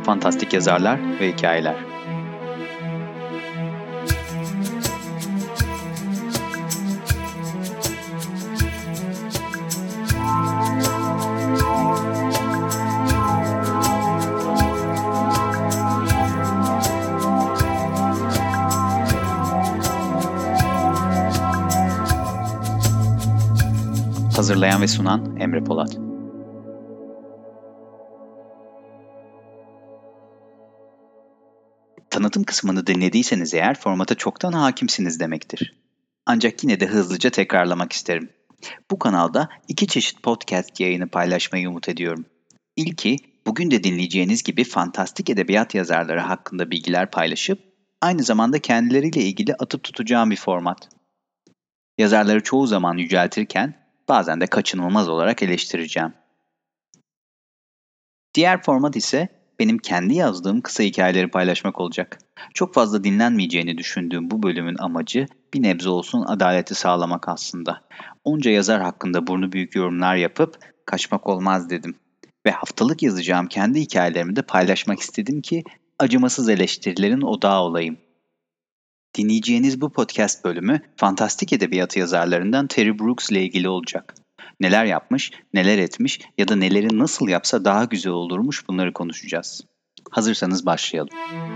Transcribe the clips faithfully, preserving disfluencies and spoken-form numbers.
Fantastik yazarlar ve hikayeler. Hazırlayan ve sunan Emre Polat. Tanıtım kısmını dinlediyseniz eğer formata çoktan hakimsiniz demektir. Ancak yine de hızlıca tekrarlamak isterim. Bu kanalda iki çeşit podcast yayını paylaşmayı umut ediyorum. İlki, bugün de dinleyeceğiniz gibi fantastik edebiyat yazarları hakkında bilgiler paylaşıp, aynı zamanda kendileriyle ilgili atıp tutacağım bir format. Yazarları çoğu zaman yüceltirken, bazen de kaçınılmaz olarak eleştireceğim. Diğer format ise benim kendi yazdığım kısa hikayeleri paylaşmak olacak. Çok fazla dinlenmeyeceğini düşündüğüm bu bölümün amacı bir nebze olsun adaleti sağlamak aslında. Onca yazar hakkında burnu büyük yorumlar yapıp kaçmak olmaz dedim. Ve haftalık yazacağım kendi hikayelerimi de paylaşmak istedim ki acımasız eleştirilerin odağı olayım. Dinleyeceğiniz bu podcast bölümü fantastik edebiyat yazarlarından Terry Brooks ile ilgili olacak. Neler yapmış, neler etmiş ya da neleri nasıl yapsa daha güzel olurmuş bunları konuşacağız. Hazırsanız başlayalım.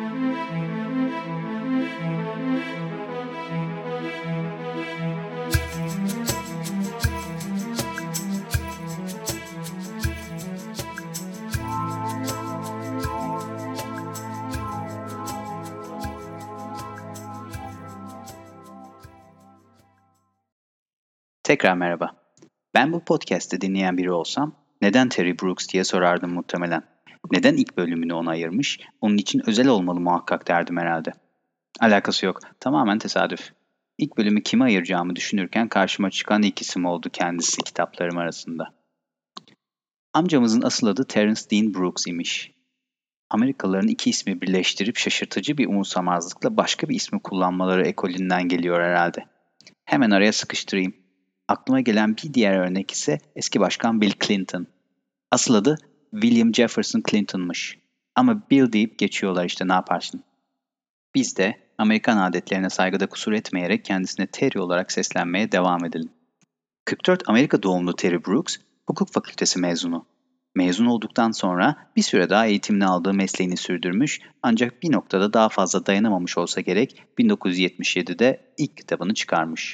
Tekrar merhaba. Ben bu podcast'te dinleyen biri olsam neden Terry Brooks diye sorardım muhtemelen. Neden ilk bölümünü ona ayırmış? Onun için özel olmalı muhakkak derdim herhalde. Alakası yok. Tamamen tesadüf. İlk bölümü kime ayıracağımı düşünürken karşıma çıkan ilk isim oldu kendisi kitaplarım arasında. Amcamızın asıl adı Terence Dean Brooks imiş. Amerikalıların iki ismi birleştirip şaşırtıcı bir umursamazlıkla başka bir ismi kullanmaları ekolünden geliyor herhalde. Hemen araya sıkıştırayım. Aklıma gelen bir diğer örnek ise eski başkan Bill Clinton. Asıl adı William Jefferson Clinton'mış. Ama Bill deyip geçiyorlar işte ne yaparsın. Biz de Amerikan adetlerine saygıda kusur etmeyerek kendisine Terry olarak seslenmeye devam edelim. kırk dört Amerika doğumlu Terry Brooks, hukuk fakültesi mezunu. Mezun olduktan sonra bir süre daha eğitimini aldığı mesleğini sürdürmüş ancak bir noktada daha fazla dayanamamış olsa gerek bin dokuz yüz yetmiş yedide ilk kitabını çıkarmış.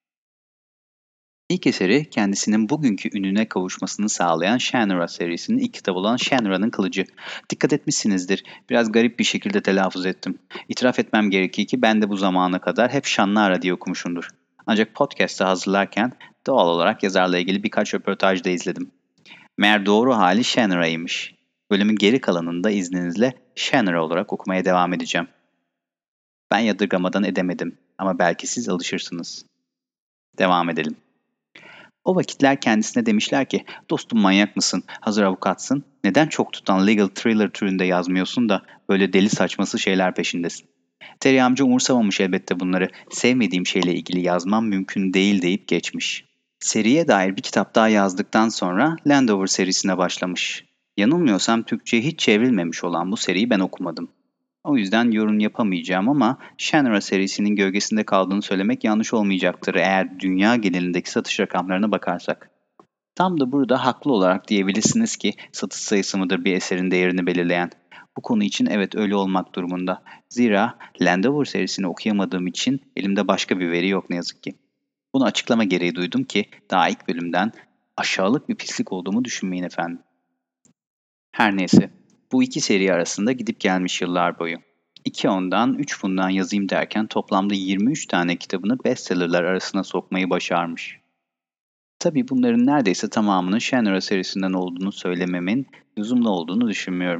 İlk eseri kendisinin bugünkü ününe kavuşmasını sağlayan Shannara serisinin ilk kitabı olan Shannara'nın Kılıcı. Dikkat etmişsinizdir, biraz garip bir şekilde telaffuz ettim. İtiraf etmem gerekir ki ben de bu zamana kadar hep Shannara diye okumuşumdur. Ancak podcast'ı hazırlarken doğal olarak yazarla ilgili birkaç röportaj da izledim. Meğer doğru hali Shannara'ymış. Bölümün geri kalanında izninizle Shannara olarak okumaya devam edeceğim. Ben yadırgamadan edemedim ama belki siz alışırsınız. Devam edelim. O vakitler kendisine demişler ki, dostum manyak mısın, hazır avukatsın, neden çok tutan legal thriller türünde yazmıyorsun da böyle deli saçması şeyler peşindesin. Terry amca umursamamış elbette bunları, sevmediğim şeyle ilgili yazmam mümkün değil deyip geçmiş. Seriye dair bir kitap daha yazdıktan sonra Landover serisine başlamış. Yanılmıyorsam Türkçe'ye hiç çevrilmemiş olan bu seriyi ben okumadım. O yüzden yorum yapamayacağım ama Shannara serisinin gölgesinde kaldığını söylemek yanlış olmayacaktır eğer dünya genelindeki satış rakamlarına bakarsak. Tam da burada haklı olarak diyebilirsiniz ki satış sayısı mıdır bir eserin değerini belirleyen. Bu konu için evet öyle olmak durumunda. Zira Landover serisini okuyamadığım için elimde başka bir veri yok ne yazık ki. Bunu açıklama gereği duydum ki daha ilk bölümden aşağılık bir pislik olduğumu düşünmeyin efendim. Her neyse. Bu iki seri arasında gidip gelmiş yıllar boyu. iki ondan, üç bundan yazayım derken toplamda yirmi üç tane kitabını bestsellerler arasına sokmayı başarmış. Tabii bunların neredeyse tamamının Shannara serisinden olduğunu söylememin lüzumlu olduğunu düşünmüyorum.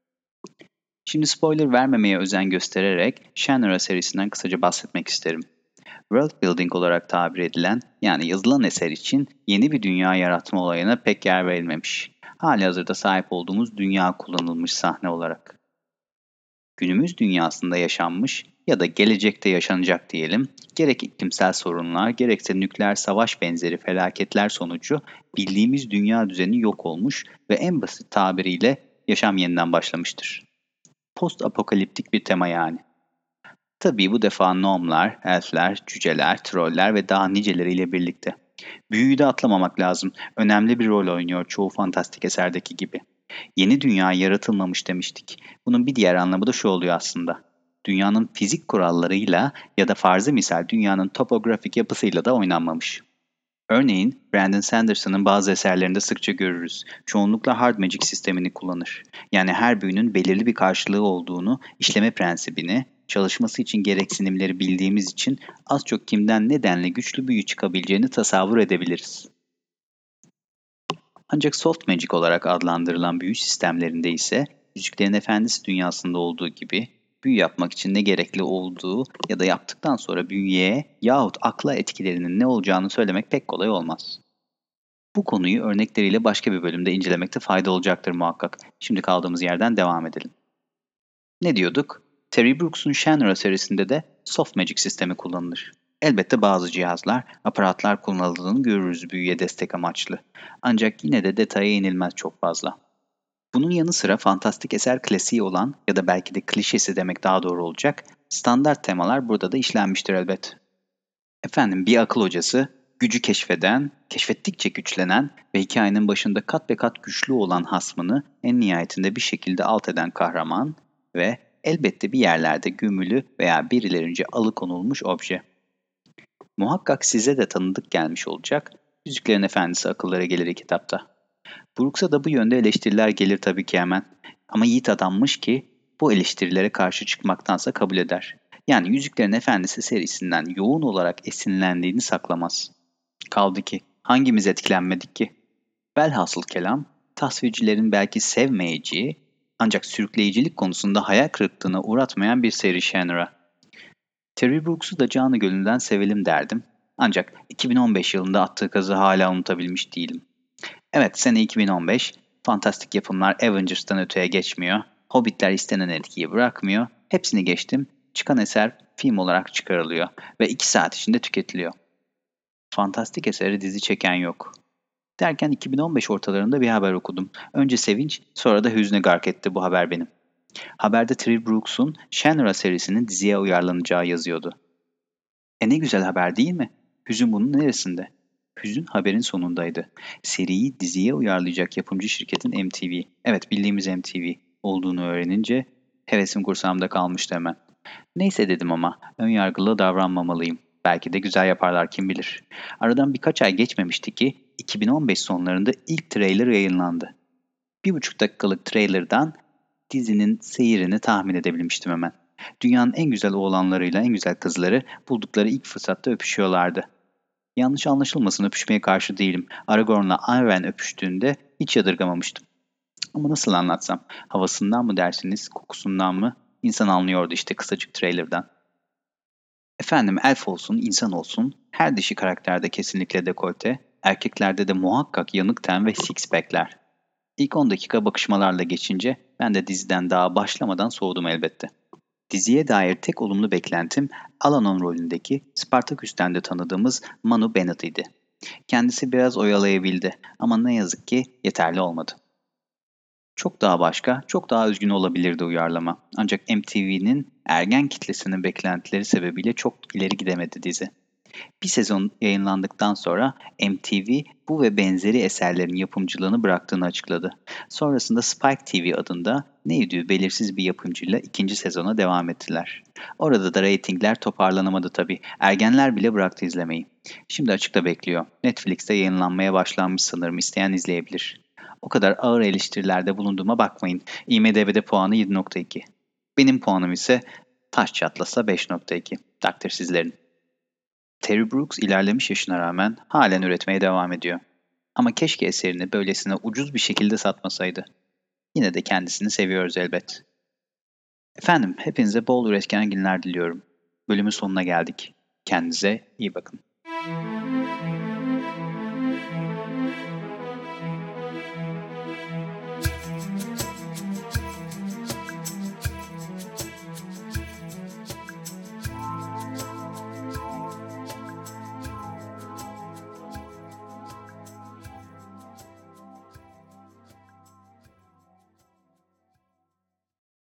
Şimdi spoiler vermemeye özen göstererek Shannara serisinden kısaca bahsetmek isterim. World building olarak tabir edilen yani yazılan eser için yeni bir dünya yaratma olayına pek yer verilmemiş. Halihazırda sahip olduğumuz dünya kullanılmış sahne olarak. Günümüz dünyasında yaşanmış ya da gelecekte yaşanacak diyelim, gerek iklimsel sorunlar gerekse nükleer savaş benzeri felaketler sonucu bildiğimiz dünya düzeni yok olmuş ve en basit tabiriyle yaşam yeniden başlamıştır. Post apokaliptik bir tema yani. Tabii bu defa gnomlar, elfler, cüceler, troller ve daha niceleriyle birlikte. Büyüyü de atlamamak lazım. Önemli bir rol oynuyor çoğu fantastik eserdeki gibi. Yeni dünya yaratılmamış demiştik. Bunun bir diğer anlamı da şu oluyor aslında. Dünyanın fizik kurallarıyla ya da farzı misal dünyanın topografik yapısıyla da oynanmamış. Örneğin Brandon Sanderson'ın bazı eserlerinde sıkça görürüz. Çoğunlukla hard magic sistemini kullanır. Yani her büyünün belirli bir karşılığı olduğunu, işleme prensibini, çalışması için gereksinimleri bildiğimiz için az çok kimden nedenle güçlü büyü çıkabileceğini tasavvur edebiliriz. Ancak soft magic olarak adlandırılan büyü sistemlerinde ise Yüzüklerin Efendisi dünyasında olduğu gibi büyü yapmak için ne gerekli olduğu ya da yaptıktan sonra bünyeye yahut akla etkilerinin ne olacağını söylemek pek kolay olmaz. Bu konuyu örnekleriyle başka bir bölümde incelemekte fayda olacaktır muhakkak. Şimdi kaldığımız yerden devam edelim. Ne diyorduk? Terry Brooks'un Shanra serisinde de soft magic sistemi kullanılır. Elbette bazı cihazlar, aparatlar kullanıldığını görürüz büyüye destek amaçlı. Ancak yine de detaya inilmez çok fazla. Bunun yanı sıra fantastik eser klasiği olan ya da belki de klişesi demek daha doğru olacak, standart temalar burada da işlenmiştir elbet. Efendim bir akıl hocası, gücü keşfeden, keşfettikçe güçlenen ve hikayenin başında kat be kat güçlü olan hasmını en nihayetinde bir şekilde alt eden kahraman ve elbette bir yerlerde gömülü veya birilerince alıkonulmuş obje. Muhakkak size de tanıdık gelmiş olacak, Yüzüklerin Efendisi akıllara gelir kitapta. Brooks'a da bu yönde eleştiriler gelir tabii ki hemen. Ama yiğit adammış ki bu eleştirilere karşı çıkmaktansa kabul eder. Yani Yüzüklerin Efendisi serisinden yoğun olarak esinlendiğini saklamaz. Kaldı ki hangimiz etkilenmedik ki? Velhasıl kelam, tasvircilerin belki sevmeyeceği ancak sürükleyicilik konusunda hayal kırıklığına uğratmayan bir seri Shannara. Terry Brooks'u da canı gönülden sevelim derdim. Ancak iki bin on beş yılında attığı kazı hala unutabilmiş değilim. Evet, sene iki bin on beş, fantastik yapımlar Avengers'tan öteye geçmiyor, Hobbitler istenen etkiyi bırakmıyor, hepsini geçtim, çıkan eser film olarak çıkarılıyor ve iki saat içinde tüketiliyor. Fantastik eseri dizi çeken yok. Derken iki bin on beş ortalarında bir haber okudum. Önce sevinç, sonra da hüzne gark etti bu haber benim. Haberde Terry Brooks'un Shannara serisinin diziye uyarlanacağı yazıyordu. E ne güzel haber değil mi? Hüzün bunun neresinde? Hüzün haberin sonundaydı. Seriyi diziye uyarlayacak yapımcı şirketin M T V, evet bildiğimiz M T V olduğunu öğrenince hevesim kursağımda kalmıştı hemen. Neyse dedim ama önyargılı davranmamalıyım. Belki de güzel yaparlar kim bilir. Aradan birkaç ay geçmemişti ki iki bin on beş sonlarında ilk trailer yayınlandı. Bir buçuk dakikalık trailerdan dizinin seyrini tahmin edebilmiştim hemen. Dünyanın en güzel oğlanlarıyla en güzel kızları buldukları ilk fırsatta öpüşüyorlardı. Yanlış anlaşılmasın, öpüşmeye karşı değilim. Aragorn'la Arwen öpüştüğünde hiç yadırgamamıştım. Ama nasıl anlatsam? Havasından mı dersiniz, kokusundan mı? İnsan anlıyordu işte kısacık trailer'dan. Efendim elf olsun, insan olsun, her dişi karakterde kesinlikle dekolte, erkeklerde de muhakkak yanık ten ve six pack'ler. İlk on dakika bakışmalarla geçince ben de diziden daha başlamadan soğudum elbette. Diziye dair tek olumlu beklentim Alanon rolündeki Spartaküs'ten de tanıdığımız Manu Bennett idi. Kendisi biraz oyalayabildi ama ne yazık ki yeterli olmadı. Çok daha başka, çok daha üzgün olabilirdi uyarlama. Ancak M T V'nin ergen kitlesinin beklentileri sebebiyle çok ileri gidemedi dizi. Bir sezon yayınlandıktan sonra M T V bu ve benzeri eserlerin yapımcılığını bıraktığını açıkladı. Sonrasında Spike T V adında neydi belirsiz bir yapımcıyla ikinci sezona devam ettiler. Orada da reytingler toparlanamadı tabii. Ergenler bile bıraktı izlemeyi. Şimdi açıkta bekliyor. Netflix'te yayınlanmaya başlanmış sanırım, isteyen izleyebilir. O kadar ağır eleştirilerde bulunduğuma bakmayın. I M D B'de puanı yedi nokta iki. Benim puanım ise taş çatlasa beş nokta iki. Takdir sizlerin. Terry Brooks ilerlemiş yaşına rağmen halen üretmeye devam ediyor. Ama keşke eserini böylesine ucuz bir şekilde satmasaydı. Yine de kendisini seviyoruz elbet. Efendim, hepinize bol üretken günler diliyorum. Bölümün sonuna geldik. Kendinize iyi bakın.